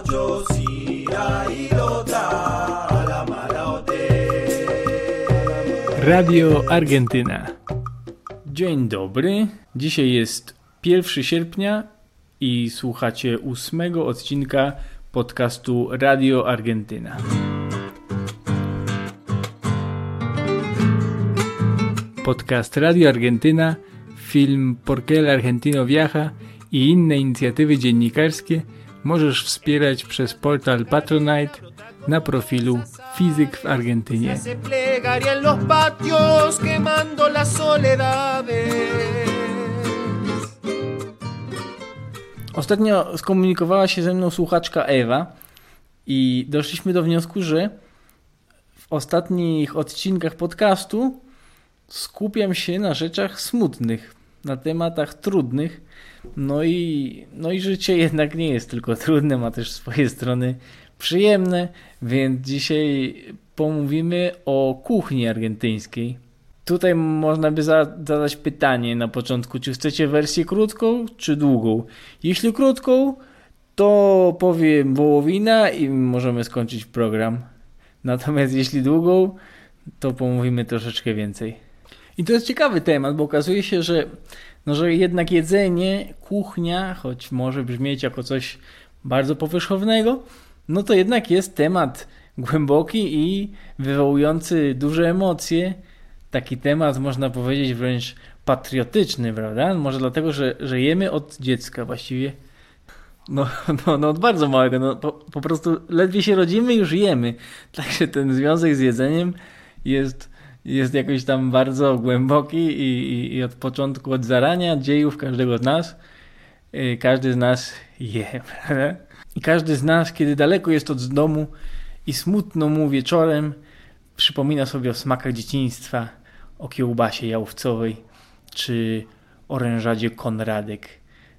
Radio Argentyna. Dzień dobry. Dzisiaj jest 1 sierpnia i słuchacie 8 odcinka podcastu Radio Argentyna. Podcast Radio Argentyna, film Por qué el Argentino Viaja i inne inicjatywy dziennikarskie możesz wspierać przez portal Patronite na profilu Fizyk w Argentynie. Ostatnio skomunikowała się ze mną słuchaczka Ewa i doszliśmy do wniosku, że w ostatnich odcinkach podcastu skupiam się na rzeczach smutnych, na tematach trudnych. No i życie jednak nie jest tylko trudne, ma też swoje strony przyjemne, więc dzisiaj pomówimy o kuchni argentyńskiej. Tutaj można by zadać pytanie na początku, czy chcecie wersję krótką, czy długą? Jeśli krótką, to powiem wołowina i możemy skończyć program. Natomiast jeśli długą, to pomówimy troszeczkę więcej. I to jest ciekawy temat, bo okazuje się, że jednak jedzenie, kuchnia, choć może brzmieć jako coś bardzo powierzchownego, no to jednak jest temat głęboki i wywołujący duże emocje. Taki temat, można powiedzieć, wręcz patriotyczny, prawda? Może dlatego, że jemy od dziecka właściwie. No od bardzo małego. Po prostu ledwie się rodzimy, już jemy. Także ten związek z jedzeniem jest jakoś tam bardzo głęboki i od początku, od zarania dziejów każdego z nas, każdy z nas je, prawda? I każdy z nas, kiedy daleko jest od domu i smutno mu wieczorem, przypomina sobie o smakach dzieciństwa, o kiełbasie jałowcowej czy orężadzie Konradek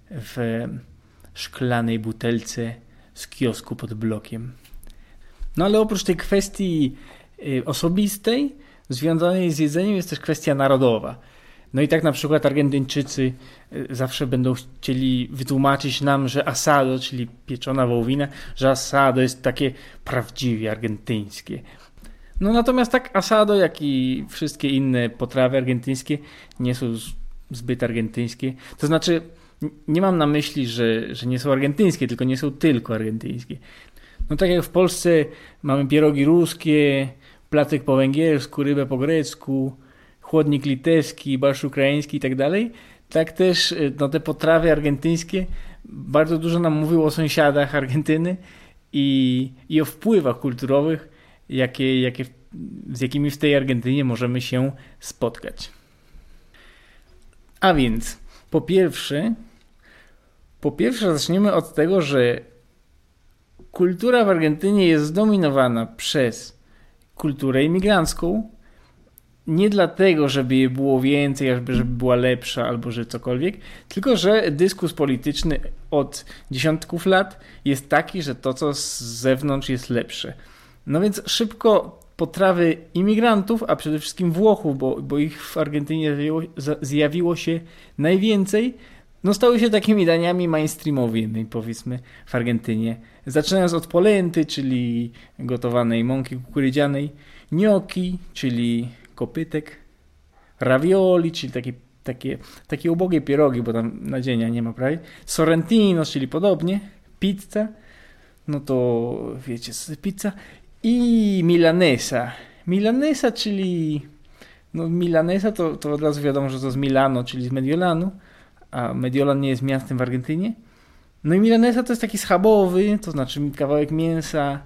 w szklanej butelce z kiosku pod blokiem. No ale oprócz tej kwestii osobistej, związanej z jedzeniem, jest też kwestia narodowa. No i tak na przykład Argentyńczycy zawsze będą chcieli wytłumaczyć nam, że asado, czyli pieczona wołowina, że asado jest takie prawdziwie argentyńskie. No natomiast tak asado, jak i wszystkie inne potrawy argentyńskie nie są zbyt argentyńskie. To znaczy, nie mam na myśli, że nie są argentyńskie, tylko nie są tylko argentyńskie. No tak jak w Polsce mamy pierogi ruskie, placek po węgiersku, rybę po grecku, chłodnik litewski, barszcz ukraiński i tak dalej, tak też te potrawy argentyńskie bardzo dużo nam mówią o sąsiadach Argentyny i o wpływach kulturowych, z jakimi w tej Argentynie możemy się spotkać. A więc po pierwsze zaczniemy od tego, że kultura w Argentynie jest zdominowana przez kulturę imigrancką, nie dlatego, żeby jej było więcej, żeby była lepsza albo że cokolwiek, tylko że dyskurs polityczny od dziesiątków lat jest taki, że to, co z zewnątrz jest lepsze. No więc szybko potrawy imigrantów, a przede wszystkim Włochów, bo ich w Argentynie zjawiło się najwięcej, stały się takimi daniami mainstreamowymi, powiedzmy, w Argentynie. Zaczynając od polenty, czyli gotowanej mąki kukurydzianej, gnocchi, czyli kopytek, ravioli, czyli takie ubogie pierogi, bo tam nadzienia nie ma prawie, sorrentino, czyli podobnie, pizza, no to wiecie, pizza i milanesa. Milanesa, czyli milanesa to od razu wiadomo, że to z Milano, czyli z Mediolanu, a Mediolan nie jest miastem w Argentynie. No i milanesa to jest taki schabowy, to znaczy kawałek mięsa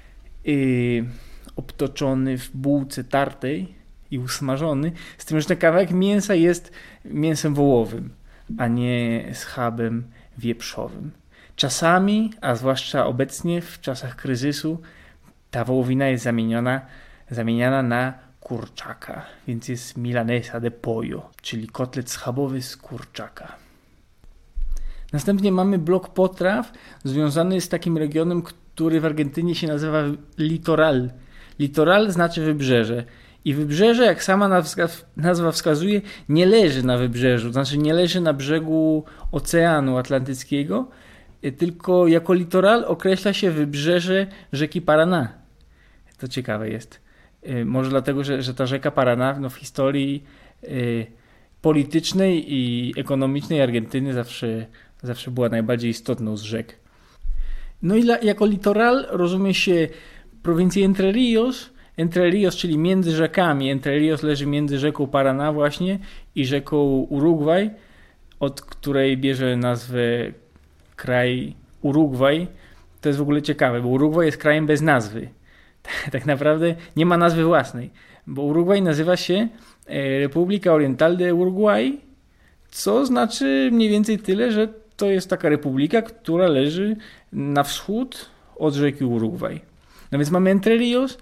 obtoczony w bułce tartej i usmażony, z tym, że ten kawałek mięsa jest mięsem wołowym, a nie schabem wieprzowym. Czasami, a zwłaszcza obecnie w czasach kryzysu, ta wołowina jest zamieniana na kurczaka, więc jest milanesa de pollo, czyli kotlet schabowy z kurczaka. Następnie mamy blok potraw związany z takim regionem, który w Argentynie się nazywa litoral. Litoral znaczy wybrzeże. I wybrzeże, jak sama nazwa wskazuje, nie leży na wybrzeżu, znaczy nie leży na brzegu Oceanu Atlantyckiego, tylko jako litoral określa się wybrzeże rzeki Paraná. To ciekawe jest. Może dlatego, że ta rzeka Paraná w historii politycznej i ekonomicznej Argentyny zawsze była najbardziej istotną z rzek. No i jako litoral rozumie się prowincję Entre Ríos. Entre Ríos, czyli między rzekami. Entre Ríos leży między rzeką Paraná właśnie i rzeką Urugwaj, od której bierze nazwę kraj Urugwaj. To jest w ogóle ciekawe, bo Urugwaj jest krajem bez nazwy. Tak naprawdę nie ma nazwy własnej, bo Urugwaj nazywa się República Oriental de Uruguay, co znaczy mniej więcej tyle, że to jest taka republika, która leży na wschód od rzeki Urugwaj. No więc mamy Entre Ríos,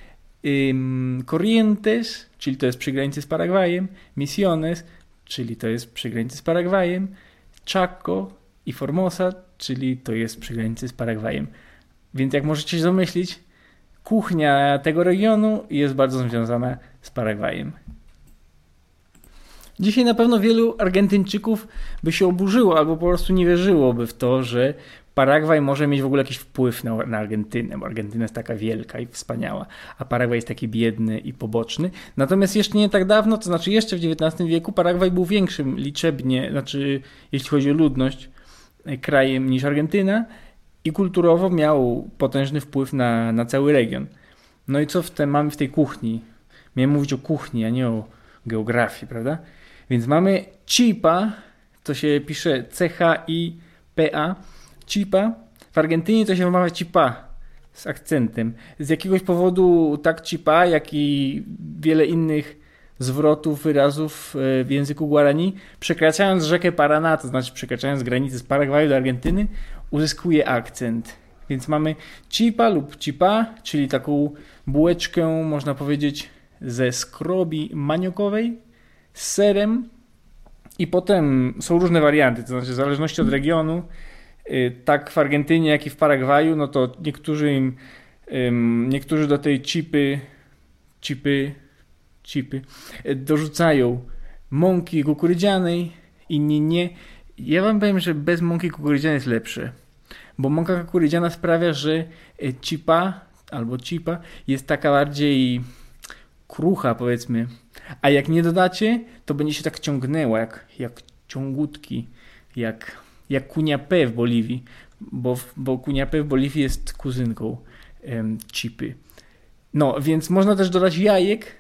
Corrientes, czyli to jest przy granicy z Paragwajem, Misiones, czyli to jest przy granicy z Paragwajem, Chaco i Formosa, czyli to jest przy granicy z Paragwajem. Więc jak możecie się domyślić, kuchnia tego regionu jest bardzo związana z Paragwajem. Dzisiaj na pewno wielu Argentyńczyków by się oburzyło albo po prostu nie wierzyłoby w to, że Paragwaj może mieć w ogóle jakiś wpływ na Argentynę, bo Argentyna jest taka wielka i wspaniała, a Paragwaj jest taki biedny i poboczny. Natomiast jeszcze nie tak dawno, to znaczy jeszcze w XIX wieku, Paragwaj był większym liczebnie, znaczy jeśli chodzi o ludność, krajem niż Argentyna i kulturowo miał potężny wpływ na cały region. No i co mamy w tej kuchni? Miałem mówić o kuchni, a nie o geografii, prawda? Więc mamy chipa, to się pisze C-H-I-P-A, chipa. W Argentynie to się wymawia chipa z akcentem. Z jakiegoś powodu tak chipa, jak i wiele innych zwrotów, wyrazów w języku guarani, przekraczając rzekę Paraná, to znaczy przekraczając granicę z Paragwaju do Argentyny, uzyskuje akcent. Więc mamy chipa lub chipa, czyli taką bułeczkę, można powiedzieć, ze skrobi maniokowej, z serem i potem są różne warianty, to znaczy w zależności od regionu, tak w Argentynie, jak i w Paragwaju, no to niektórzy do tej chipy dorzucają mąki kukurydzianej, inni nie. Ja wam powiem, że bez mąki kukurydzianej jest lepsze, bo mąka kukurydziana sprawia, że chipa albo chipa jest taka bardziej krucha, powiedzmy, a jak nie dodacie, to będzie się tak ciągnęła, jak ciągutki, jak Cuniapé w Boliwii, bo Cuniapé w Boliwii jest kuzynką chipy. No, więc można też dodać jajek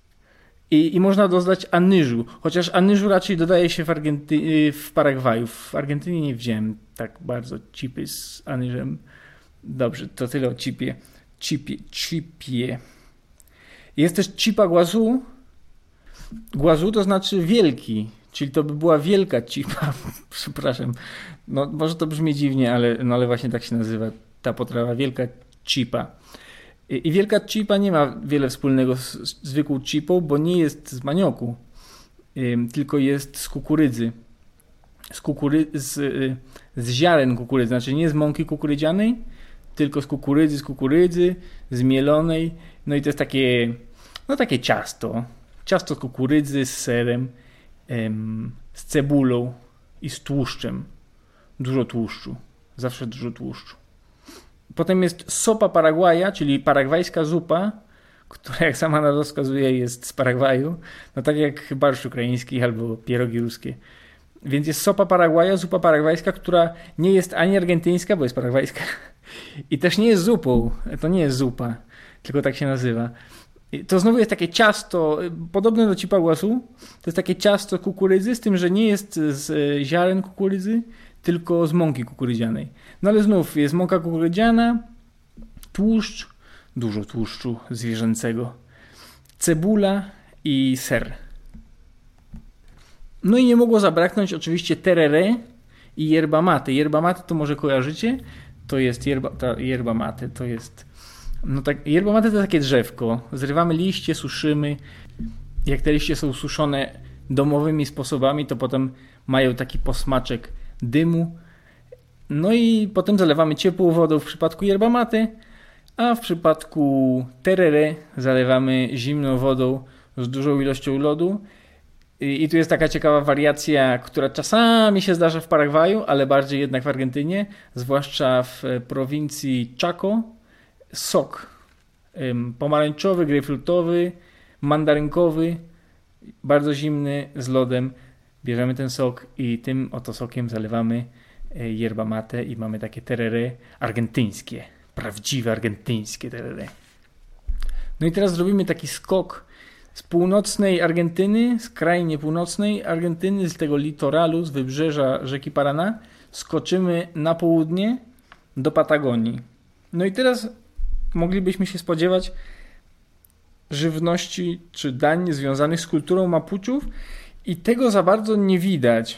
i można dodać anyżu, chociaż anyżu raczej dodaje się w Paragwaju. W Argentynie nie wziąłem tak bardzo chipy z anyżem. Dobrze, to tyle o chipie. Chipie. Jest też chipa guazú. Guazú to znaczy wielki, czyli to by była wielka chipa. Przepraszam. No, może to brzmi dziwnie, ale właśnie tak się nazywa ta potrawa. Wielka chipa. I wielka chipa nie ma wiele wspólnego z zwykłą chipą, bo nie jest z manioku, tylko jest z kukurydzy. Z ziaren kukurydzy. Znaczy nie z mąki kukurydzianej, tylko z kukurydzy, zmielonej. No i to jest takie ciasto. Ciasto z kukurydzy, z serem, z cebulą i z tłuszczem. Dużo tłuszczu. Zawsze dużo tłuszczu. Potem jest sopa Paragwaja, czyli paragwajska zupa, która jak sama nazwa wskazuje jest z Paragwaju. No tak jak barszcz ukraiński albo pierogi ruskie. Więc jest sopa Paragwaja, zupa paragwajska, która nie jest ani argentyńska, bo jest paragwajska. I też nie jest zupą. To nie jest zupa, tylko tak się nazywa. To znowu jest takie ciasto, podobne do chipa guazú. To jest takie ciasto kukurydzy, z tym, że nie jest z ziaren kukurydzy, tylko z mąki kukurydzianej. No ale znów jest mąka kukurydziana, tłuszcz, dużo tłuszczu zwierzęcego, cebula i ser. No i nie mogło zabraknąć oczywiście tereré i yerba mate. Yerba mate to może kojarzycie? To jest yerba mate, to jest... No tak, yerba mate to takie drzewko. Zrywamy liście, suszymy. Jak te liście są suszone domowymi sposobami, to potem mają taki posmaczek dymu. No i potem zalewamy ciepłą wodą w przypadku yerba mate, a w przypadku tereré zalewamy zimną wodą z dużą ilością lodu. I tu jest taka ciekawa wariacja, która czasami się zdarza w Paragwaju, ale bardziej jednak w Argentynie, zwłaszcza w prowincji Chaco. Sok pomarańczowy, grejpfrutowy, mandarynkowy, bardzo zimny, z lodem. Bierzemy ten sok i tym oto sokiem zalewamy yerba mate i mamy takie tereré argentyńskie, prawdziwe argentyńskie tereré. No i teraz zrobimy taki skok z północnej Argentyny, z krainie północnej Argentyny, z tego litoralu, z wybrzeża rzeki Paraná, skoczymy na południe do Patagonii. No i teraz moglibyśmy się spodziewać żywności czy dań związanych z kulturą Mapuczów i tego za bardzo nie widać.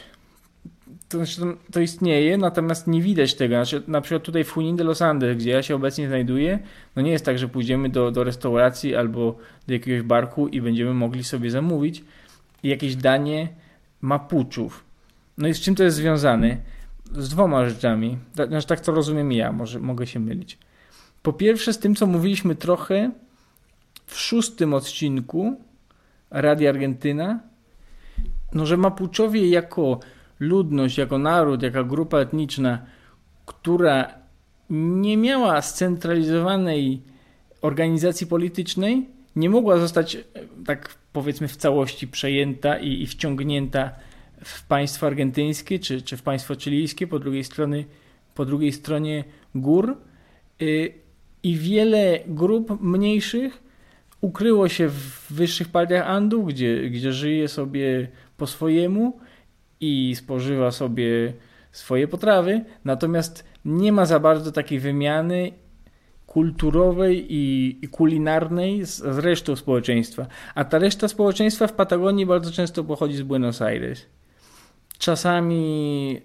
To istnieje, natomiast nie widać tego. Znaczy, na przykład tutaj w Junín de los Andes, gdzie ja się obecnie znajduję, no nie jest tak, że pójdziemy do restauracji albo do jakiegoś barku i będziemy mogli sobie zamówić jakieś danie Mapuczów. No i z czym to jest związane? Z dwoma rzeczami. Znaczy, tak to rozumiem ja, może mogę się mylić. Po pierwsze z tym, co mówiliśmy trochę w 6. odcinku Radia Argentyna, no że Mapuczowie jako ludność, jako naród, jako grupa etniczna, która nie miała scentralizowanej organizacji politycznej, nie mogła zostać, tak powiedzmy, w całości przejęta i wciągnięta w państwo argentyńskie czy w państwo chilijskie po drugiej stronie gór. I wiele grup mniejszych ukryło się w wyższych partiach Andów, gdzie żyje sobie po swojemu i spożywa sobie swoje potrawy, natomiast nie ma za bardzo takiej wymiany kulturowej i kulinarnej z resztą społeczeństwa. A ta reszta społeczeństwa w Patagonii bardzo często pochodzi z Buenos Aires. Czasami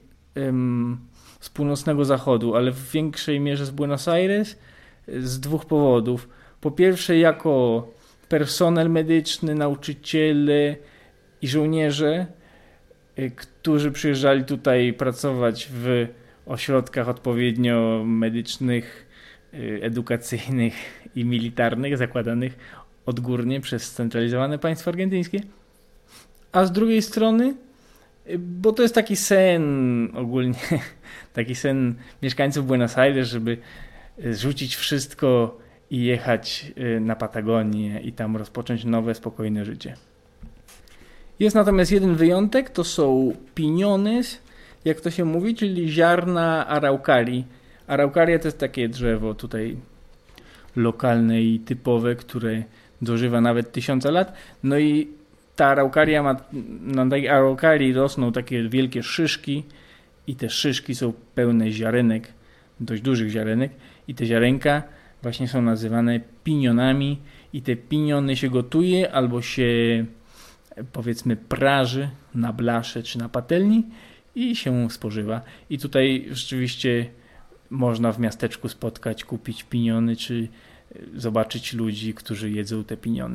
z północnego zachodu, ale w większej mierze z Buenos Aires z 2 powodów. Po pierwsze jako personel medyczny, nauczyciele i żołnierze, którzy przyjeżdżali tutaj pracować w ośrodkach odpowiednio medycznych, edukacyjnych i militarnych, zakładanych odgórnie przez scentralizowane państwo argentyńskie. A z drugiej strony, bo to jest taki sen ogólnie, taki sen mieszkańców Buenos Aires, żeby zrzucić wszystko i jechać na Patagonię i tam rozpocząć nowe, spokojne życie. Jest natomiast jeden wyjątek, to są piñones, jak to się mówi, czyli ziarna araucarii. Araucaria to jest takie drzewo tutaj lokalne i typowe, które dożywa nawet 1000 lat. No i ta araucaria na tej araucarii rosną takie wielkie szyszki i te szyszki są pełne ziarenek, dość dużych ziarenek i te ziarenka właśnie są nazywane piñonami i te piñony się gotuje albo się powiedzmy praży na blasze czy na patelni i się spożywa. I tutaj rzeczywiście można w miasteczku spotkać, kupić piñony czy zobaczyć ludzi, którzy jedzą te piñony.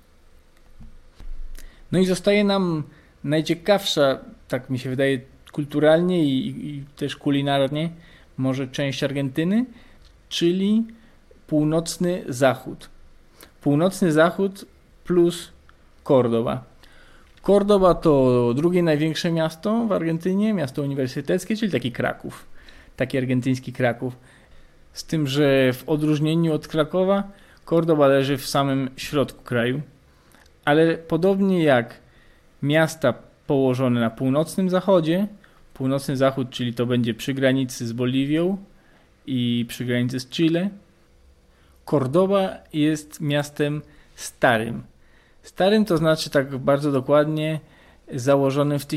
No i zostaje nam najciekawsza, tak mi się wydaje, kulturalnie i też kulinarnie może część Argentyny, czyli północny zachód. Północny zachód plus Córdoba. Córdoba to drugie największe miasto w Argentynie, miasto uniwersyteckie, czyli taki Kraków, taki argentyński Kraków. Z tym, że w odróżnieniu od Krakowa Córdoba leży w samym środku kraju, ale podobnie jak miasta położone na północnym zachodzie, północny zachód, czyli to będzie przy granicy z Boliwią i przy granicy z Chile, Córdoba jest miastem starym. Starym to znaczy tak bardzo dokładnie założonym w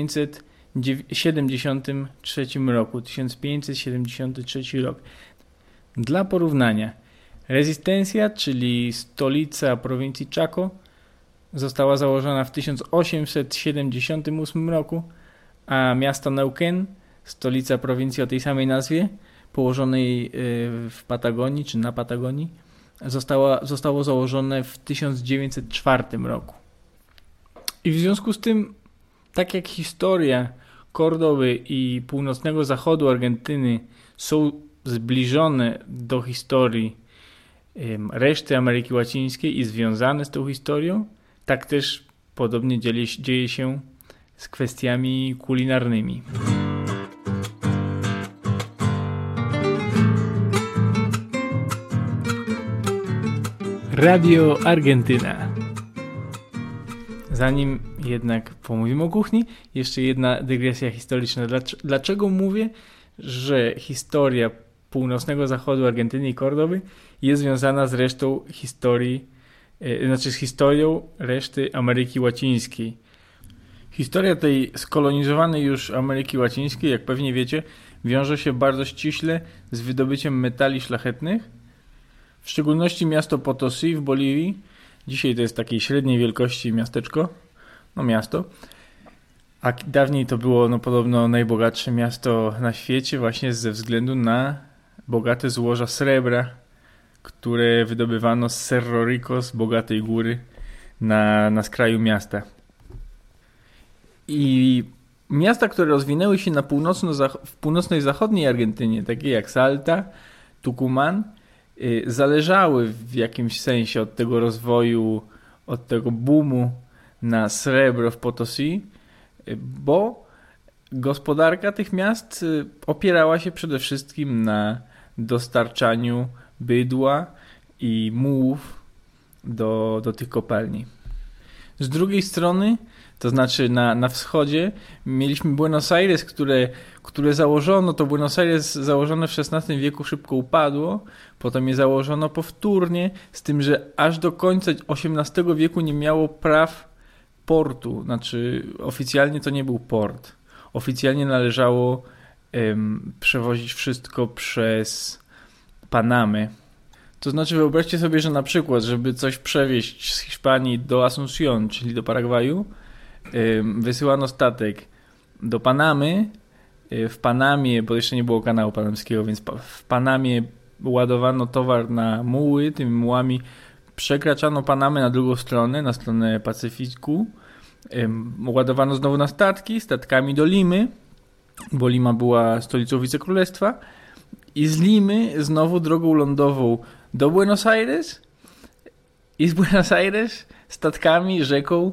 1573 roku. 1573 rok. Dla porównania, Resistencia, czyli stolica prowincji Chaco, została założona w 1878 roku, a miasto Neuquén, stolica prowincji o tej samej nazwie, położonej w Patagonii czy na Patagonii, zostało założone w 1904 roku. I w związku z tym, tak jak historia Córdoby i północnego zachodu Argentyny są zbliżone do historii reszty Ameryki Łacińskiej i związane z tą historią, tak też podobnie dzieje się z kwestiami kulinarnymi. Radio Argentyna. Zanim jednak pomówimy o kuchni, jeszcze jedna dygresja historyczna. Dlaczego mówię, że historia północnego zachodu Argentyny i Kordoby jest związana z resztą historii, z historią reszty Ameryki Łacińskiej? Historia tej skolonizowanej już Ameryki Łacińskiej, jak pewnie wiecie, wiąże się bardzo ściśle z wydobyciem metali szlachetnych, w szczególności miasto Potosí w Boliwii. Dzisiaj to jest takiej średniej wielkości miasteczko, miasto, a dawniej to było podobno najbogatsze miasto na świecie właśnie ze względu na bogate złoża srebra, które wydobywano z Cerro Rico, z bogatej góry na skraju miasta. I miasta, które rozwinęły się w północnej zachodniej Argentynie, takie jak Salta, Tucumán, zależały w jakimś sensie od tego rozwoju, od tego boomu na srebro w Potosí, bo gospodarka tych miast opierała się przede wszystkim na dostarczaniu bydła i mułów do tych kopalni. Z drugiej strony, to znaczy na wschodzie, mieliśmy Buenos Aires, które założono. To Buenos Aires założone w XVI wieku szybko upadło, potem je założono powtórnie, z tym, że aż do końca XVIII wieku nie miało praw portu. Znaczy oficjalnie to nie był port. Oficjalnie należało przewozić wszystko przez Panamę. To znaczy wyobraźcie sobie, że na przykład, żeby coś przewieźć z Hiszpanii do Asunción, czyli do Paragwaju, wysyłano statek do Panamy. W Panamie, bo jeszcze nie było kanału panamskiego, więc w Panamie ładowano towar na muły. Tymi mułami przekraczano Panamę na drugą stronę, na stronę Pacyfiku. Ładowano znowu na statkami do Limy, bo Lima była stolicą wicekrólestwa. I z Limy znowu drogą lądową do Buenos Aires i z Buenos Aires statkami rzeką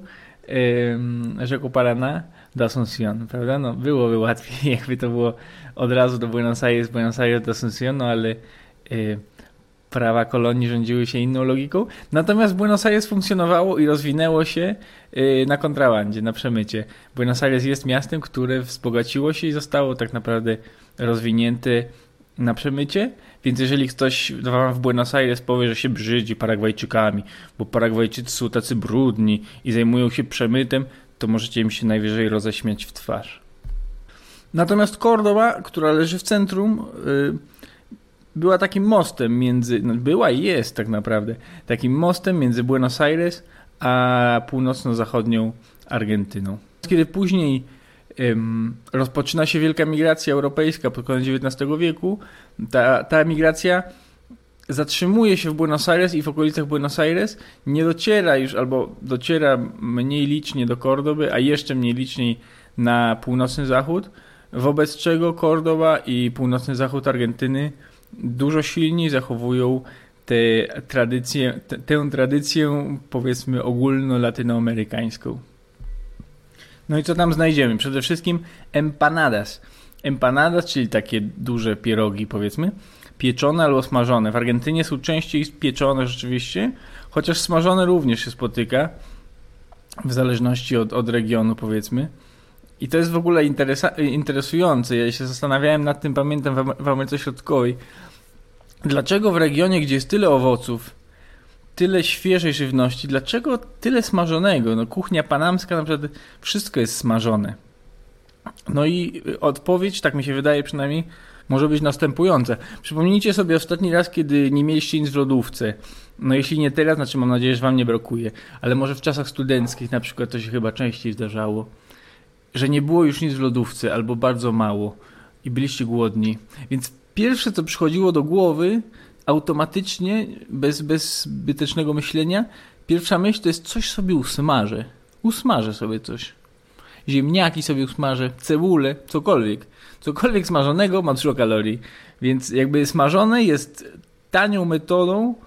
Paraná do Asunción, prawda? Byłoby łatwiej, jakby to było od razu do Buenos Aires do Asunción, ale prawa kolonii rządziły się inną logiką. Natomiast Buenos Aires funkcjonowało i rozwinęło się na kontrabandzie, na przemycie. Buenos Aires jest miastem, które wzbogaciło się i zostało tak naprawdę rozwinięte na przemycie, więc jeżeli ktoś wam w Buenos Aires powie, że się brzydzi Paragwajczykami, bo Paragwajczycy są tacy brudni i zajmują się przemytem, to możecie im się najwyżej roześmiać w twarz. Natomiast Córdoba, która leży w centrum, była takim mostem była i jest tak naprawdę takim mostem między Buenos Aires a północno-zachodnią Argentyną. Kiedy później rozpoczyna się wielka migracja europejska pod koniec XIX wieku, ta migracja zatrzymuje się w Buenos Aires i w okolicach Buenos Aires, nie dociera już, albo dociera mniej licznie do Kordoby, a jeszcze mniej licznie na północny zachód, wobec czego Kordoba i północny zachód Argentyny dużo silniej zachowują tę tradycję, powiedzmy, ogólno-latynoamerykańską. No i co tam znajdziemy? Przede wszystkim empanadas. Empanadas, czyli takie duże pierogi, powiedzmy, pieczone albo smażone. W Argentynie są częściej pieczone rzeczywiście, chociaż smażone również się spotyka, w zależności od regionu, powiedzmy. I to jest w ogóle interesujące. Ja się zastanawiałem nad tym, pamiętam, w Ameryce Środkowej. Dlaczego w regionie, gdzie jest tyle owoców, tyle świeżej żywności, dlaczego tyle smażonego? Kuchnia panamska, na przykład, wszystko jest smażone. No i odpowiedź, tak mi się wydaje przynajmniej, może być następująca. Przypomnijcie sobie ostatni raz, kiedy nie mieliście nic w lodówce. No jeśli nie teraz, znaczy mam nadzieję, że wam nie brakuje, ale może w czasach studenckich na przykład to się chyba częściej zdarzało, że nie było już nic w lodówce albo bardzo mało i byliście głodni. Więc pierwsze, co przychodziło do głowy automatycznie, bez zbytecznego myślenia, pierwsza myśl to jest coś sobie usmażę. Usmażę sobie coś. Ziemniaki sobie usmażę, cebulę, cokolwiek. Cokolwiek smażonego ma dużo kalorii. Więc jakby smażone jest tanią metodą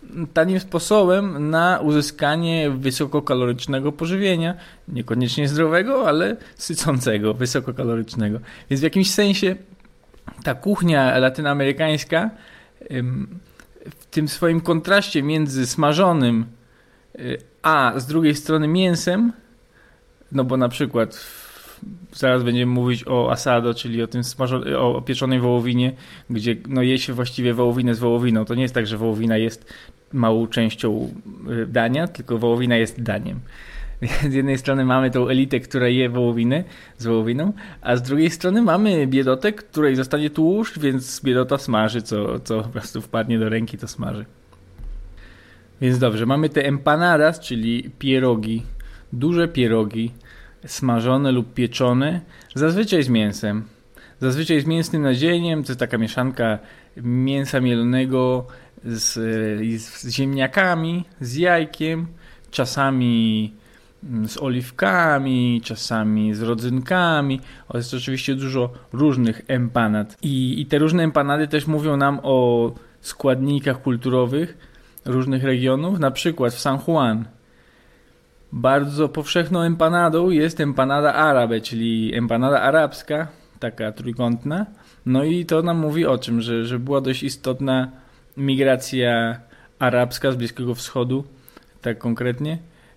tanim sposobem na uzyskanie wysokokalorycznego pożywienia, niekoniecznie zdrowego, ale sycącego, wysokokalorycznego. Więc w jakimś sensie ta kuchnia latynoamerykańska w tym swoim kontraście między smażonym a z drugiej strony mięsem, no bo na przykład zaraz będziemy mówić o asado, czyli o tym o pieczonej wołowinie, gdzie no je się właściwie wołowinę z wołowiną. To nie jest tak, że wołowina jest małą częścią dania, tylko wołowina jest daniem. Z jednej strony mamy tą elitę, która je wołowinę z wołowiną, a z drugiej strony mamy biedotę, której zostanie tłuszcz, więc biedota smaży, co po prostu wpadnie do ręki, to smaży. Więc dobrze, mamy te empanadas, czyli pierogi, duże pierogi, smażone lub pieczone, zazwyczaj z mięsem. Zazwyczaj z mięsnym nadzieniem, to jest taka mieszanka mięsa mielonego z ziemniakami, z jajkiem, czasami z oliwkami, czasami z rodzynkami. Jest oczywiście dużo różnych empanad. I te różne empanady też mówią nam o składnikach kulturowych różnych regionów. Na przykład w San Juan bardzo powszechną empanadą jest empanada árabe, czyli empanada arabska, taka trójkątna. No i to nam mówi o czym, że była dość istotna migracja arabska z Bliskiego Wschodu, tak konkretnie,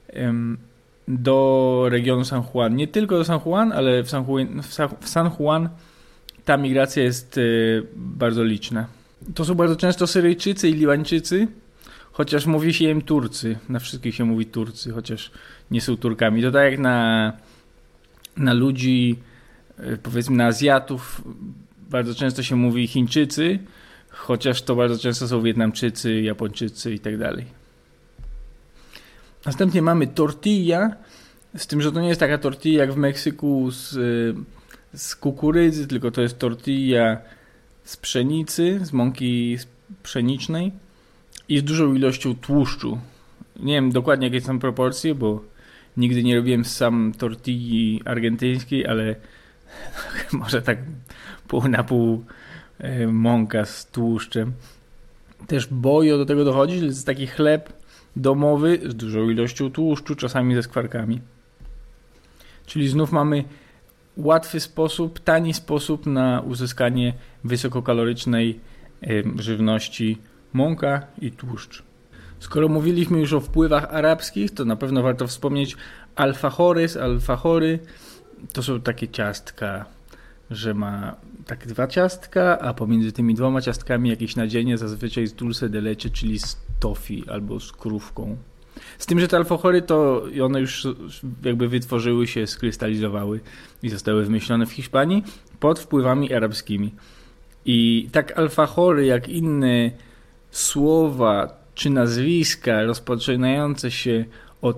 do regionu San Juan. Nie tylko do San Juan, ale w San Juan ta migracja jest bardzo liczna. To są bardzo często Syryjczycy i Libańczycy, chociaż mówi się im Turcy. Na wszystkich się mówi Turcy, chociaż nie są Turkami. To tak jak na ludzi, powiedzmy na Azjatów, bardzo często się mówi Chińczycy, chociaż to bardzo często są Wietnamczycy, Japończycy i tak dalej. Następnie mamy tortilla, z tym, że to nie jest taka tortilla jak w Meksyku z kukurydzy, tylko to jest tortilla z pszenicy, z mąki pszenicznej i z dużą ilością tłuszczu. Nie wiem dokładnie jakie są proporcje, bo nigdy nie robiłem sam tortilli argentyńskiej, ale może tak pół na pół mąka z tłuszczem. Też bojo do tego dochodzi, to jest taki chleb domowy z dużą ilością tłuszczu, czasami ze skwarkami. Czyli znów mamy łatwy sposób, tani sposób na uzyskanie wysokokalorycznej żywności, mąka i tłuszcz. Skoro mówiliśmy już o wpływach arabskich, to na pewno warto wspomnieć alfajory to są takie ciastka, że ma takie dwa ciastka, a pomiędzy tymi dwoma ciastkami jakieś nadzienie, zazwyczaj z dulce de leche, czyli z tofi albo z krówką. Z tym, że te alfajory to one już jakby wytworzyły się, skrystalizowały i zostały wymyślone w Hiszpanii pod wpływami arabskimi. I tak alfajory jak inne słowa czy nazwiska rozpoczynające się od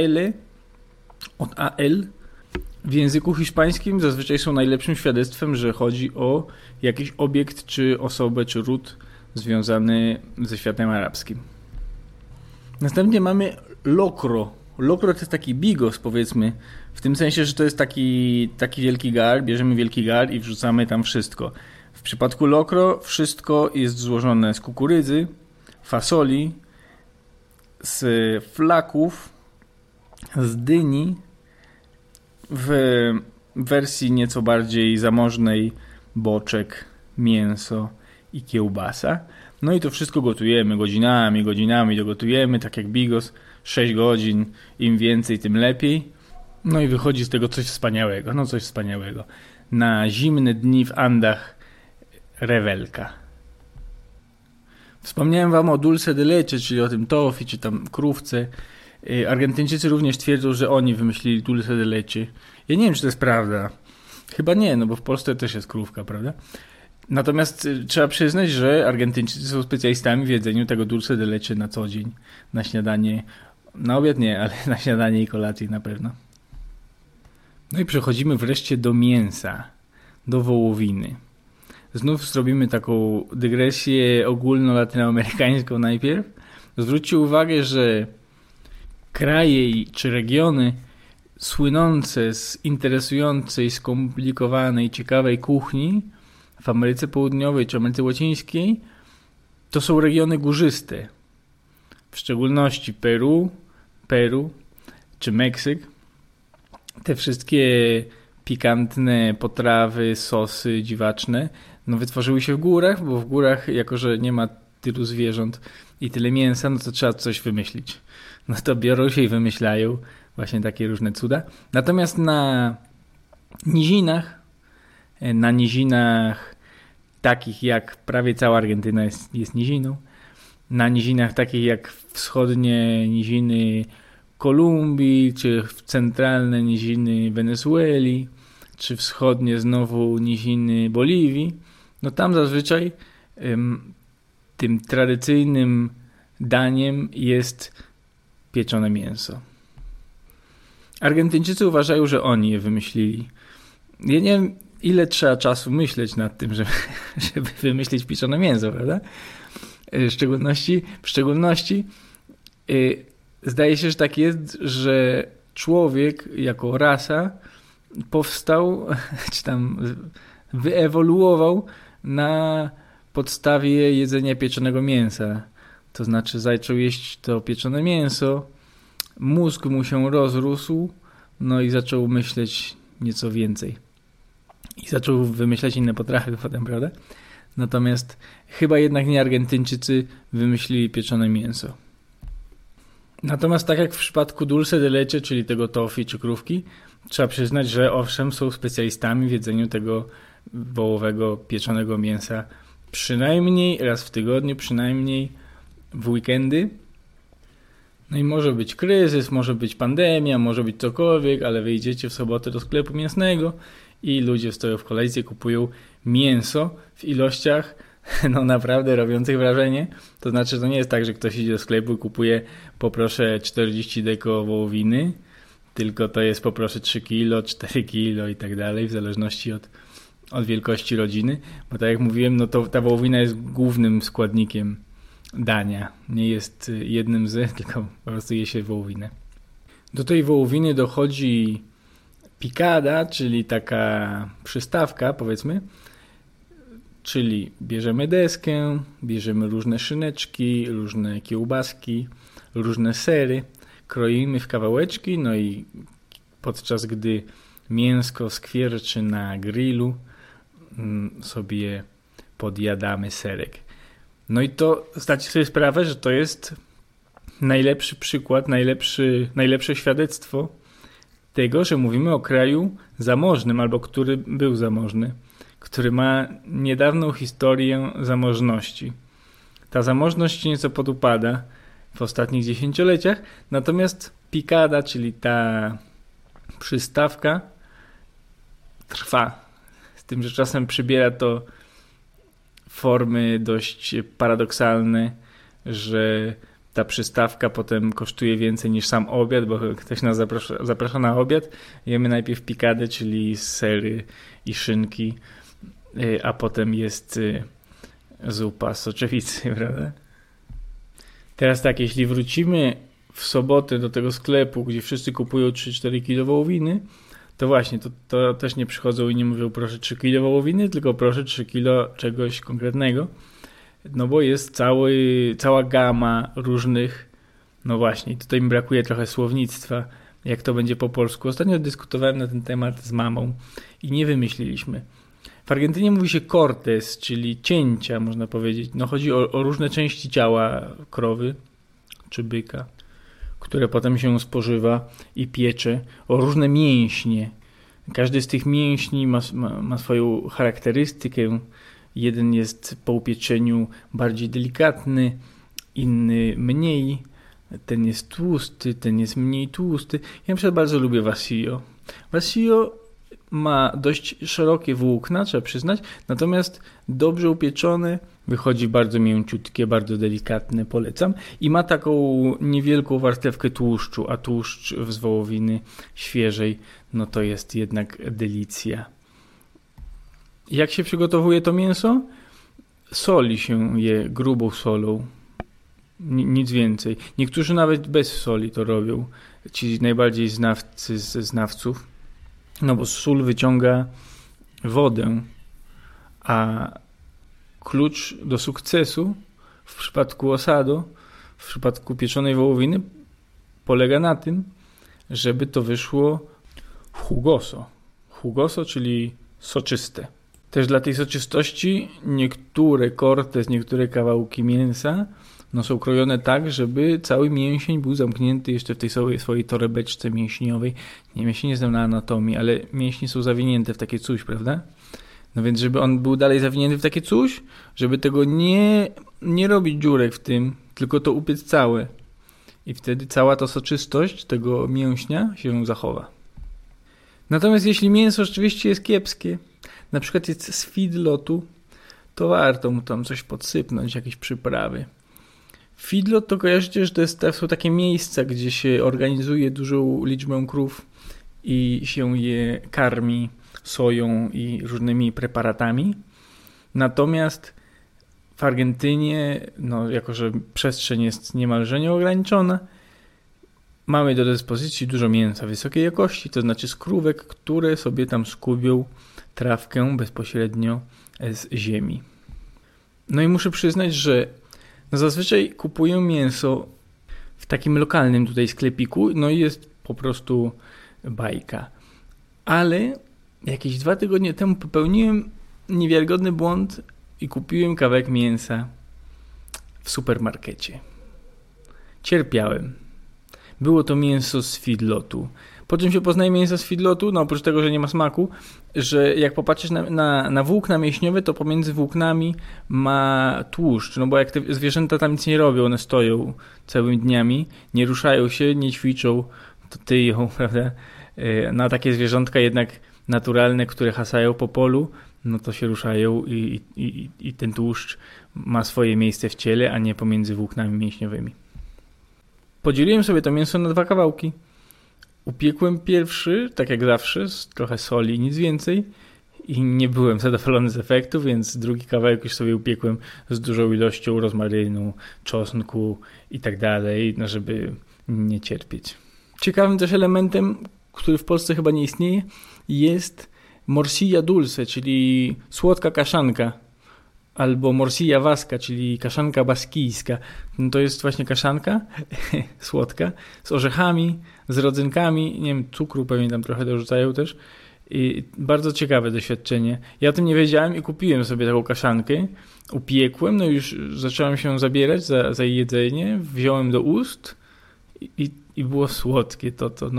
AL w języku hiszpańskim zazwyczaj są najlepszym świadectwem, że chodzi o jakiś obiekt, czy osobę, czy ród związany ze światem arabskim. Następnie mamy locro. Locro to jest taki bigos, powiedzmy, w tym sensie, że to jest taki wielki gar, bierzemy wielki gar i wrzucamy tam wszystko. W przypadku locro wszystko jest złożone z kukurydzy, fasoli, z flaków, z dyni, w wersji nieco bardziej zamożnej boczek, mięso i kiełbasa. No i to wszystko gotujemy godzinami dogotujemy, tak jak bigos, 6 godzin, im więcej, tym lepiej. No i wychodzi z tego coś wspaniałego. Na zimne dni w Andach rewelka. Wspomniałem wam o dulce de leche, czyli o tym tofi, czy tam krówce. Argentyńczycy również twierdzą, że oni wymyślili dulce de leche. Ja nie wiem, czy to jest prawda. Chyba nie, no bo w Polsce też jest krówka, prawda? Natomiast trzeba przyznać, że Argentyńczycy są specjalistami w jedzeniu tego dulce de leche na co dzień. Na śniadanie, na obiad nie, ale na śniadanie i kolację na pewno. No i przechodzimy wreszcie do mięsa, do wołowiny. Znów zrobimy taką dygresję ogólno-latynoamerykańską najpierw. Zwróćcie uwagę, że kraje czy regiony słynące z interesującej, skomplikowanej, ciekawej kuchni w Ameryce Południowej czy Ameryce Łacińskiej to są regiony górzyste. w szczególności Peru czy Meksyk, te wszystkie pikantne potrawy, sosy dziwaczne, no wytworzyły się w górach, bo w górach, jako że nie ma tylu zwierząt i tyle mięsa, no to trzeba coś wymyślić. No to biorą się i wymyślają właśnie takie różne cuda. Natomiast na nizinach takich jak prawie cała Argentyna jest niziną, na nizinach takich jak wschodnie niziny Kolumbii, czy centralne niziny Wenezueli, czy wschodnie znowu niziny Boliwii, no tam zazwyczaj tym tradycyjnym daniem jest pieczone mięso. Argentyńczycy uważają, że oni je wymyślili. Ja nie wiem, ile trzeba czasu myśleć nad tym, żeby wymyślić pieczone mięso, prawda? W szczególności zdaje się, że tak jest, że człowiek jako rasa powstał, czy tam wyewoluował na podstawie jedzenia pieczonego mięsa. To znaczy zaczął jeść to pieczone mięso, mózg mu się rozrósł, no i zaczął myśleć nieco więcej. I zaczął wymyślać inne potrawy potem, prawda? Natomiast chyba jednak nie Argentyńczycy wymyślili pieczone mięso. Natomiast tak jak w przypadku dulce de leche, czyli tego tofi czy krówki, trzeba przyznać, że owszem, są specjalistami w jedzeniu tego wołowego pieczonego mięsa przynajmniej raz w tygodniu, przynajmniej w weekendy. No i może być kryzys, może być pandemia, może być cokolwiek, ale wyjdziecie w sobotę do sklepu mięsnego i ludzie stoją w kolejce, kupują mięso w ilościach no naprawdę robiących wrażenie. To znaczy, to nie jest tak, że ktoś idzie do sklepu i kupuje poproszę 40 deko wołowiny, tylko to jest poproszę 3 kilo, 4 kilo i tak dalej, w zależności od wielkości rodziny. Bo tak jak mówiłem, no to ta wołowina jest głównym składnikiem dania. Nie jest jednym z, tylko po prostu je się wołowinę. Do tej wołowiny dochodzi picada, czyli taka przystawka, powiedzmy. Czyli bierzemy deskę, bierzemy różne szyneczki, różne kiełbaski, różne sery, kroimy w kawałeczki, no i podczas gdy mięsko skwierczy na grillu, sobie podjadamy serek. No i to zdajcie sobie sprawę, że to jest najlepszy przykład, najlepsze świadectwo tego, że mówimy o kraju zamożnym, albo który był zamożny, który ma niedawną historię zamożności. Ta zamożność nieco podupada w ostatnich dziesięcioleciach, natomiast picada, czyli ta przystawka, trwa. Z tym, że czasem przybiera to formy dość paradoksalne, że ta przystawka potem kosztuje więcej niż sam obiad, bo ktoś nas zaprasza na obiad. Jemy najpierw pikadę, czyli sery i szynki, a potem jest zupa z soczewicy, prawda? Teraz tak, jeśli wrócimy w sobotę do tego sklepu, gdzie wszyscy kupują 3-4 kilo wołowiny, to właśnie, to też nie przychodzą i nie mówią proszę 3 kilo wołowiny, tylko proszę 3 kilo czegoś konkretnego. No bo jest cała gama różnych, no właśnie, tutaj mi brakuje trochę słownictwa, jak to będzie po polsku. Ostatnio dyskutowałem na ten temat z mamą i nie wymyśliliśmy. W Argentynie mówi się cortes, czyli cięcia, można powiedzieć. No chodzi o różne części ciała krowy czy byka, które potem się spożywa i piecze, o różne mięśnie. Każdy z tych mięśni ma swoją charakterystykę. Jeden jest po upieczeniu bardziej delikatny, inny mniej. Ten jest tłusty, ten jest mniej tłusty. Ja na przykład bardzo lubię vacío. Vacío ma dość szerokie włókna, trzeba przyznać, natomiast dobrze upieczone wychodzi bardzo mięciutkie, bardzo delikatne, polecam. I ma taką niewielką warstewkę tłuszczu, a tłuszcz z wołowiny świeżej, no to jest jednak delicja. Jak się przygotowuje to mięso? Soli się je grubą solą. Nic więcej. Niektórzy nawet bez soli to robią. Ci najbardziej znawcy ze znawców. No bo sól wyciąga wodę, a klucz do sukcesu w przypadku osadu w przypadku pieczonej wołowiny polega na tym, żeby to wyszło jugoso. Jugoso, czyli soczyste. Też dla tej soczystości niektóre cortes, niektóre kawałki mięsa są krojone tak, żeby cały mięsień był zamknięty jeszcze w tej swojej torebeczce mięśniowej. Nie wiem, ja się nie znam na anatomii, ale mięśnie są zawinięte w takie coś, prawda? No więc żeby on był dalej zawinięty w takie coś, żeby tego nie robić dziurek w tym, tylko to upiec całe. I wtedy cała ta soczystość tego mięśnia się zachowa. Natomiast jeśli mięso rzeczywiście jest kiepskie, na przykład jest z feedlotu, to warto mu tam coś podsypnąć, jakieś przyprawy. Feedlot to kojarzycie, że to są takie miejsca, gdzie się organizuje dużą liczbę krów i się je karmi soją i różnymi preparatami. Natomiast w Argentynie, jako że przestrzeń jest niemalże nieograniczona, mamy do dyspozycji dużo mięsa wysokiej jakości, to znaczy z krówek, które sobie tam skubią trawkę bezpośrednio z ziemi. No i muszę przyznać, że zazwyczaj kupuję mięso w takim lokalnym tutaj sklepiku, i jest po prostu bajka. Ale jakieś 2 tygodnie temu popełniłem niewiarygodny błąd i kupiłem kawałek mięsa w supermarkecie. Cierpiałem. Było to mięso z feedlotu. Po czym się poznaje mięso z feedlotu? Oprócz tego, że nie ma smaku, że jak popatrzysz na włókna mięśniowe, to pomiędzy włóknami ma tłuszcz, bo jak te zwierzęta tam nic nie robią, one stoją całymi dniami, nie ruszają się, nie ćwiczą, to tyją, prawda? Na takie zwierzątka jednak naturalne, które hasają po polu, to się ruszają i ten tłuszcz ma swoje miejsce w ciele, a nie pomiędzy włóknami mięśniowymi. Podzieliłem sobie to mięso na 2 kawałki. Upiekłem pierwszy, tak jak zawsze, z trochę soli i nic więcej i nie byłem zadowolony z efektu, więc drugi kawałek już sobie upiekłem z dużą ilością rozmarynu, czosnku i tak dalej, żeby nie cierpieć. Ciekawym też elementem, który w Polsce chyba nie istnieje, jest morcilla dulce, czyli słodka kaszanka, albo morcilla vasca, czyli kaszanka baskijska. To jest właśnie kaszanka słodka, z orzechami, z rodzynkami, nie wiem, cukru pewnie tam trochę dorzucają też. I bardzo ciekawe doświadczenie. Ja o tym nie wiedziałem i kupiłem sobie taką kaszankę, upiekłem, już zacząłem się zabierać za jej jedzenie, wziąłem do ust i było słodkie.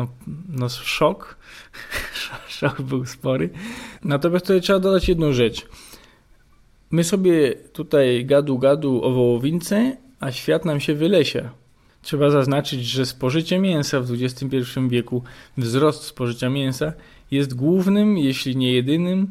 Szok. Szok był spory. Natomiast tutaj trzeba dodać jedną rzecz. My sobie tutaj gadu o wołowince, a świat nam się wylesia. Trzeba zaznaczyć, że spożycie mięsa w XXI wieku, wzrost spożycia mięsa jest głównym, jeśli nie jedynym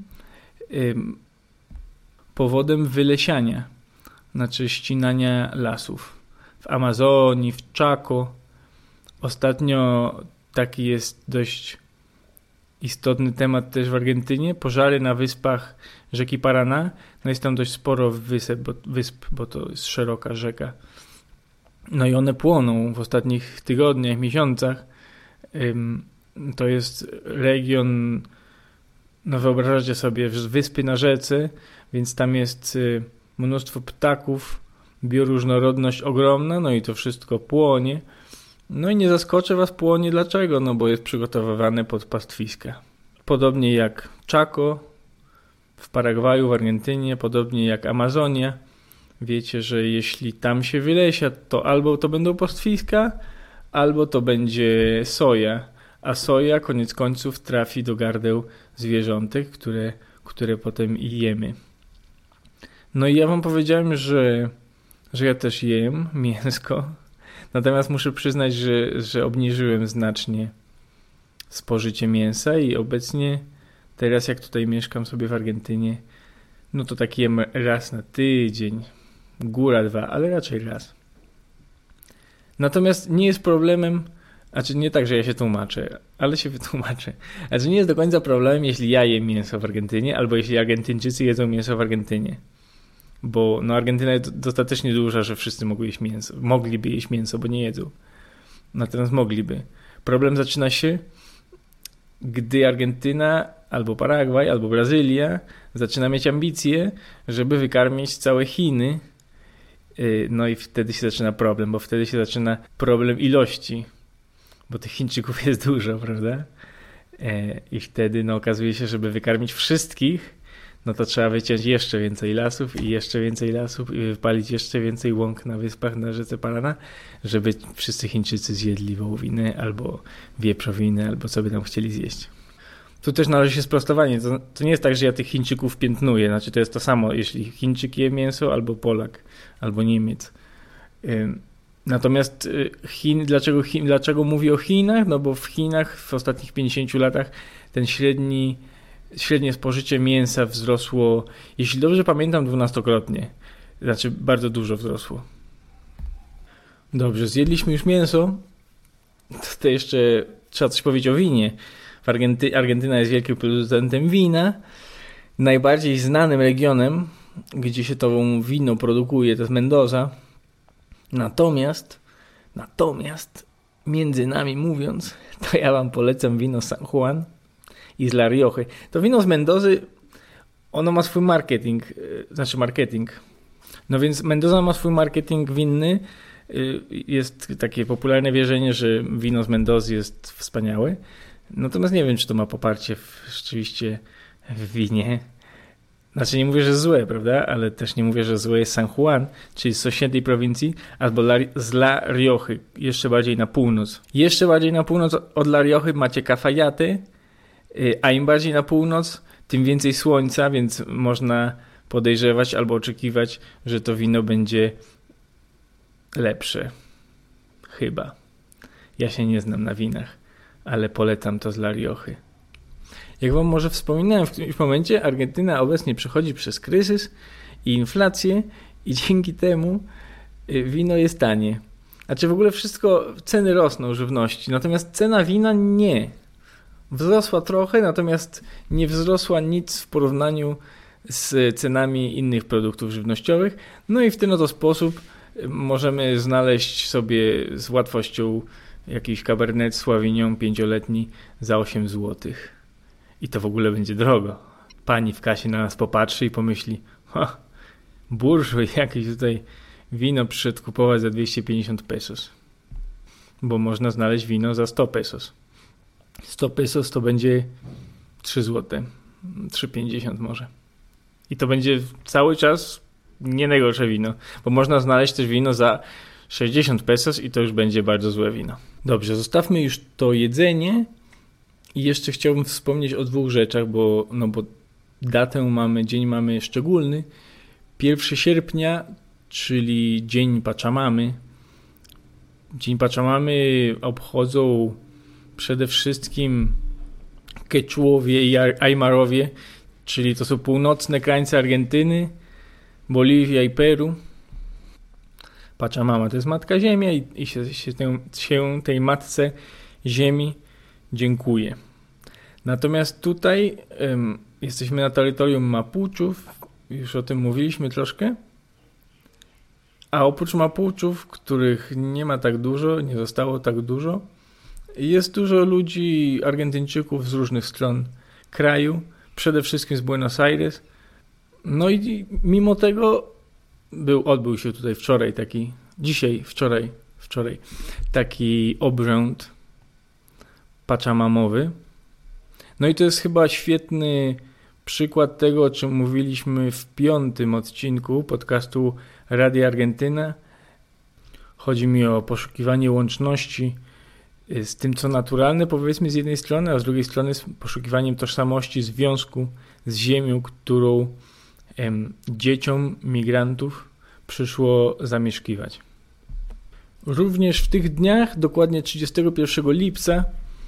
powodem wylesiania, znaczy ścinania lasów. W Amazonii, w Chaco. Ostatnio taki jest dość istotny temat też w Argentynie. Pożary na wyspach rzeki Paraná. Jest tam dość sporo wysp, bo to jest szeroka rzeka. I one płoną w ostatnich tygodniach, miesiącach. To jest region, wyobrażacie sobie, wyspy na rzece, więc tam jest mnóstwo ptaków, bioróżnorodność ogromna, i to wszystko płonie. I nie zaskoczę was, płonie dlaczego? Bo jest przygotowywane pod pastwiska. Podobnie jak Chaco w Paragwaju, w Argentynie, podobnie jak Amazonia. Wiecie, że jeśli tam się wylesia, to albo to będą pastwiska, albo to będzie soja. A soja koniec końców trafi do gardeł zwierzątek, które potem i jemy. I ja wam powiedziałem, że ja też jem mięsko. Natomiast muszę przyznać, że obniżyłem znacznie spożycie mięsa i obecnie teraz jak tutaj mieszkam sobie w Argentynie, to tak jem raz na tydzień, góra 2, ale raczej raz. Natomiast nie jest problemem, nie tak, że ja się tłumaczę, ale się wytłumaczę. Nie jest do końca problemem, jeśli ja jem mięso w Argentynie, albo jeśli Argentyńczycy jedzą mięso w Argentynie. Bo Argentyna jest dostatecznie duża, że wszyscy mogliby jeść mięso, bo nie jedzą. Natomiast mogliby. Problem zaczyna się, gdy Argentyna, albo Paragwaj, albo Brazylia zaczyna mieć ambicje, żeby wykarmić całe Chiny No i wtedy się zaczyna problem, bo wtedy się zaczyna problem ilości, bo tych Chińczyków jest dużo, prawda? I wtedy okazuje się, żeby wykarmić wszystkich, no to trzeba wyciąć jeszcze więcej lasów i jeszcze więcej lasów i wypalić jeszcze więcej łąk na wyspach na rzece Parana, żeby wszyscy Chińczycy zjedli wołowiny albo wieprzowiny, albo co by tam chcieli zjeść. Tu też należy się sprostowanie. To nie jest tak, że ja tych Chińczyków piętnuję. Znaczy to jest to samo, jeśli Chińczyk je mięso, albo Polak, albo Niemiec. Natomiast dlaczego mówię o Chinach? No bo w Chinach w ostatnich 50 latach ten średnie spożycie mięsa wzrosło, jeśli dobrze pamiętam, 12-krotnie. Znaczy bardzo dużo wzrosło. Dobrze, zjedliśmy już mięso. To jeszcze trzeba coś powiedzieć o winie. Argentyna jest wielkim producentem wina. Najbardziej znanym regionem, gdzie się to wino produkuje, to jest Mendoza. Natomiast między nami mówiąc, to ja wam polecam wino San Juan i z La Riochy. To wino z Mendozy, ono ma swój marketing. No więc Mendoza ma swój marketing winny. Jest takie popularne wierzenie, że wino z Mendozy jest wspaniałe. Natomiast nie wiem, czy to ma poparcie rzeczywiście w winie. Znaczy nie mówię, że złe, prawda? Ale też nie mówię, że złe jest San Juan, czyli z sąsiedniej prowincji, albo z La Riochy, jeszcze bardziej na północ. Jeszcze bardziej na północ od La Riochy macie Cafayate, a im bardziej na północ, tym więcej słońca, więc można podejrzewać albo oczekiwać, że to wino będzie lepsze. Chyba. Ja się nie znam na winach, ale polecam to z La Riochy. Jak wam może wspominałem w którymś momencie, Argentyna obecnie przechodzi przez kryzys i inflację i dzięki temu wino jest tanie. Znaczy w ogóle ceny rosną żywności, natomiast cena wina nie. Wzrosła trochę, natomiast nie wzrosła nic w porównaniu z cenami innych produktów żywnościowych. No i w ten oto sposób możemy znaleźć sobie z łatwością jakiś Cabernet Sauvignon 5-letni za 8 zł. I to w ogóle będzie drogo. Pani w kasie na nas popatrzy i pomyśli, burżuj, jakieś tutaj wino przyszedł kupować za 250 pesos. Bo można znaleźć wino za 100 pesos. 100 pesos to będzie 3 zł. 3,50 może. I to będzie cały czas nie najgorsze wino. Bo można znaleźć też wino za 60 pesos i to już będzie bardzo złe wino. Dobrze, zostawmy już to jedzenie. I jeszcze chciałbym wspomnieć o 2 rzeczach, bo dzień mamy szczególny. 1 sierpnia, czyli Dzień Pachamamy. Dzień Pachamamy obchodzą przede wszystkim Queczuowie i Aymarowie, czyli to są północne krańce Argentyny, Boliwia i Peru. Pachamama to jest Matka Ziemia i się tej Matce Ziemi dziękuję. Natomiast tutaj jesteśmy na terytorium Mapuczów, już o tym mówiliśmy troszkę, a oprócz Mapuczów, których nie ma tak dużo, nie zostało tak dużo, jest dużo ludzi, Argentyńczyków z różnych stron kraju, przede wszystkim z Buenos Aires. No i mimo tego odbył się tutaj wczoraj taki obrząd pachamamowy. No i to jest chyba świetny przykład tego, o czym mówiliśmy w 5. odcinku podcastu Radia Argentyna. Chodzi mi o poszukiwanie łączności z tym, co naturalne, powiedzmy z jednej strony, a z drugiej strony z poszukiwaniem tożsamości, związku z ziemią, którą dzieciom migrantów przyszło zamieszkiwać. Również w tych dniach, dokładnie 31 lipca,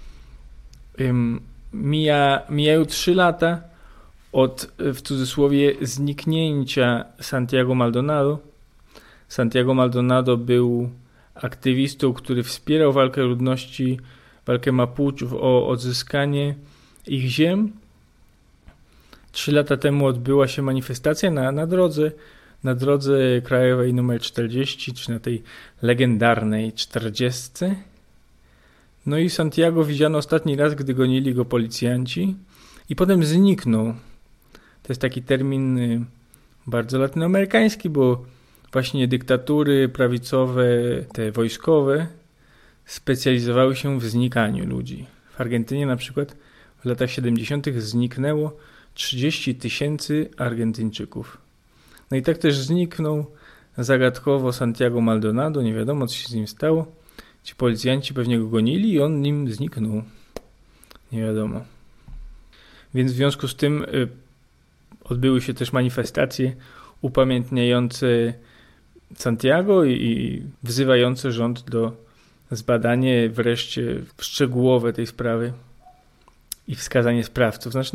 mijają 3 lata od, w cudzysłowie, zniknięcia Santiago Maldonado. Santiago Maldonado był aktywistą, który wspierał walkę ludności, walkę Mapuczów o odzyskanie ich ziem. 3 lata temu odbyła się manifestacja na drodze krajowej numer 40, czy na tej legendarnej 40. No i Santiago widziano ostatni raz, gdy gonili go policjanci i potem zniknął. To jest taki termin bardzo latynoamerykański, bo właśnie dyktatury prawicowe, te wojskowe, specjalizowały się w znikaniu ludzi. W Argentynie na przykład w latach 70. zniknęło 30 000 Argentyńczyków. No i tak też zniknął zagadkowo Santiago Maldonado, nie wiadomo co się z nim stało. Ci policjanci pewnie go gonili i on nim zniknął. Nie wiadomo. Więc w związku z tym odbyły się też manifestacje upamiętniające Santiago i wzywające rząd do zbadania wreszcie szczegółowe tej sprawy i wskazanie sprawców. Znaczy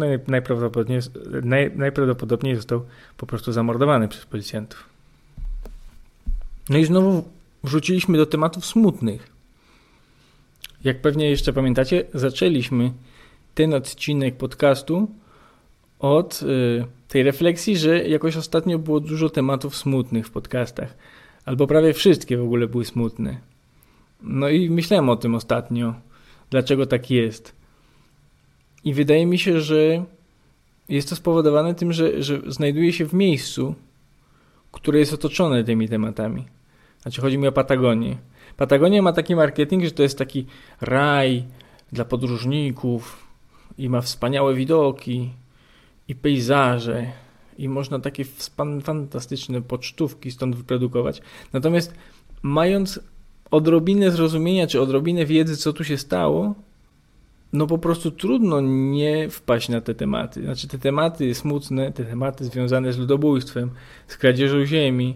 najprawdopodobniej został po prostu zamordowany przez policjantów. No i znowu wrzuciliśmy do tematów smutnych. Jak pewnie jeszcze pamiętacie, zaczęliśmy ten odcinek podcastu od tej refleksji, że jakoś ostatnio było dużo tematów smutnych w podcastach. Albo prawie wszystkie w ogóle były smutne. No i myślałem o tym ostatnio. Dlaczego tak jest? I wydaje mi się, że jest to spowodowane tym, że znajduje się w miejscu, które jest otoczone tymi tematami. Znaczy chodzi mi o Patagonię. Patagonia ma taki marketing, że to jest taki raj dla podróżników i ma wspaniałe widoki i pejzaże i można takie fantastyczne pocztówki stąd wyprodukować. Natomiast mając odrobinę zrozumienia czy odrobinę wiedzy, co tu się stało, no po prostu trudno nie wpaść na te tematy. Znaczy te tematy smutne, te tematy związane z ludobójstwem, z kradzieżą ziemi,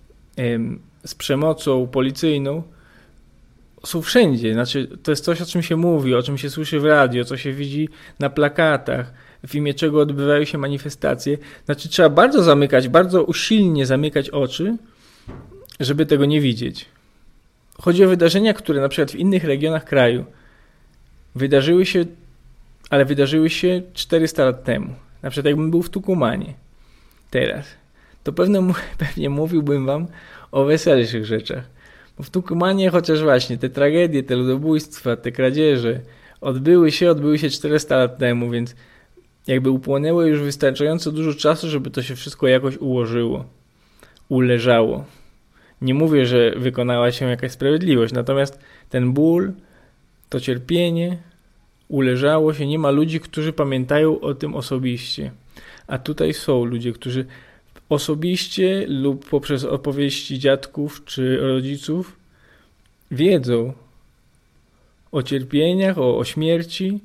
z przemocą policyjną są wszędzie. Znaczy to jest coś, o czym się mówi, o czym się słyszy w radio, co się widzi na plakatach, w imię czego odbywają się manifestacje. Znaczy trzeba bardzo usilnie zamykać oczy, żeby tego nie widzieć. Chodzi o wydarzenia, które na przykład w innych regionach kraju wydarzyły się 400 lat temu. Na przykład jakbym był w Tucumanie teraz, to pewnie mówiłbym wam o weselszych rzeczach. Bo w Tucumanie chociaż właśnie te tragedie, te ludobójstwa, te kradzieże odbyły się 400 lat temu, więc jakby upłynęło już wystarczająco dużo czasu, żeby to się wszystko jakoś ułożyło, uleżało. Nie mówię, że wykonała się jakaś sprawiedliwość, natomiast ten ból, to cierpienie uleżało się. Nie ma ludzi, którzy pamiętają o tym osobiście. A tutaj są ludzie, którzy osobiście lub poprzez opowieści dziadków czy rodziców wiedzą o cierpieniach, o śmierci,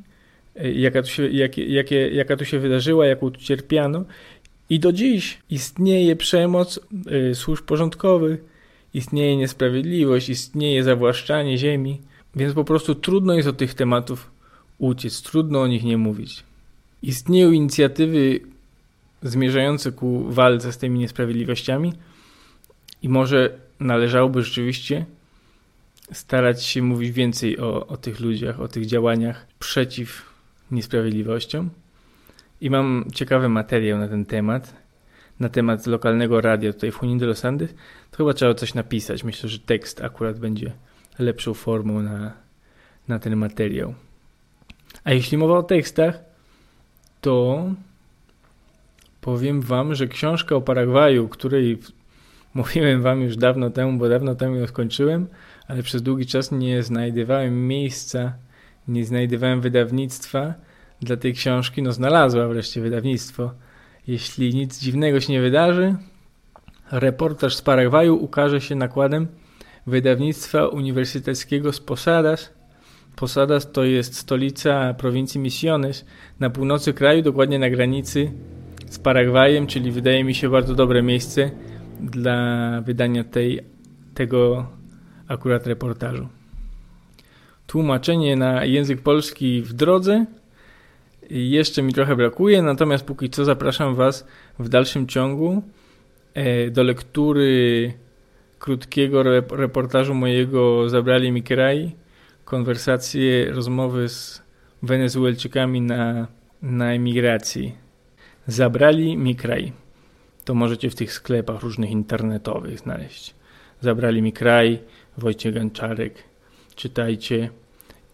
jaka tu się wydarzyła, jaką tu cierpiano. I do dziś istnieje przemoc służb porządkowych, istnieje niesprawiedliwość, istnieje zawłaszczanie ziemi, więc po prostu trudno jest od tych tematów uciec, trudno o nich nie mówić. Istnieją inicjatywy zmierzające ku walce z tymi niesprawiedliwościami i może należałoby rzeczywiście starać się mówić więcej o tych ludziach, o tych działaniach przeciw niesprawiedliwościom. I mam ciekawy materiał na temat lokalnego radia tutaj w Junín de los Andes. To chyba trzeba coś napisać. Myślę, że tekst akurat będzie lepszą formą na ten materiał. A jeśli mowa o tekstach, to powiem wam, że książka o Paragwaju, której mówiłem wam już dawno temu, bo dawno temu ją skończyłem, ale przez długi czas nie znajdowałem miejsca, nie znajdowałem wydawnictwa dla tej książki. No znalazła wreszcie wydawnictwo. Jeśli nic dziwnego się nie wydarzy, reportaż z Paragwaju ukaże się nakładem wydawnictwa uniwersyteckiego z Posadas. Posadas to jest stolica prowincji Misiones na północy kraju, dokładnie na granicy z Paragwajem, czyli wydaje mi się bardzo dobre miejsce dla wydania tego akurat reportażu. Tłumaczenie na język polski w drodze. Jeszcze mi trochę brakuje, natomiast póki co zapraszam was w dalszym ciągu do lektury krótkiego reportażu mojego Zabrali mi kraj, konwersacje, rozmowy z Wenezuelczykami na emigracji. Zabrali mi kraj. To możecie w tych sklepach różnych internetowych znaleźć. Zabrali mi kraj, Wojciech Ganczarek. Czytajcie.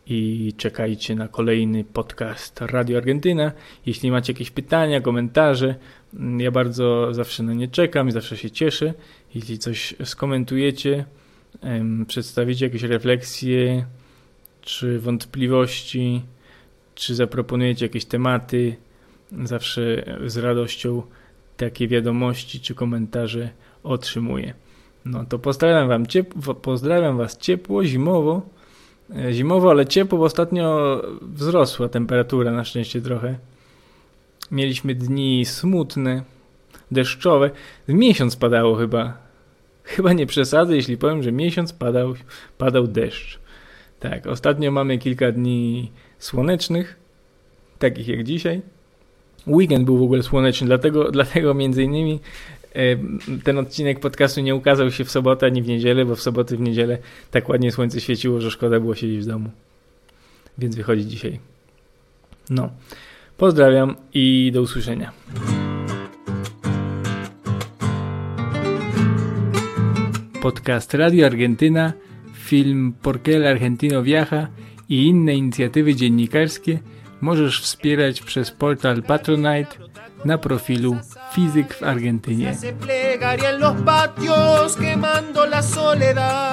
i czekajcie na kolejny podcast Radio Argentyna. Jeśli macie jakieś pytania, komentarze, ja bardzo zawsze na nie czekam i zawsze się cieszę. Jeśli coś skomentujecie, przedstawicie jakieś refleksje czy wątpliwości, czy zaproponujecie jakieś tematy, zawsze z radością takie wiadomości czy komentarze otrzymuję. No to pozdrawiam Was ciepło, zimowo, ale ciepło, bo ostatnio wzrosła temperatura na szczęście trochę. Mieliśmy dni smutne, deszczowe. Miesiąc padało chyba. Chyba nie przesadzę, jeśli powiem, że miesiąc padał deszcz. Tak, ostatnio mamy kilka dni słonecznych, takich jak dzisiaj. Weekend był w ogóle słoneczny, dlatego między innymi ten odcinek podcastu nie ukazał się w sobotę ani w niedzielę, bo w sobotę, w niedzielę tak ładnie słońce świeciło, że szkoda było siedzieć w domu. Więc wychodzi dzisiaj. No, pozdrawiam i do usłyszenia. Podcast Radio Argentyna, film Por qué el Argentino Viaja i inne inicjatywy dziennikarskie możesz wspierać przez portal Patronite na profilu Fizyk w Argentynie.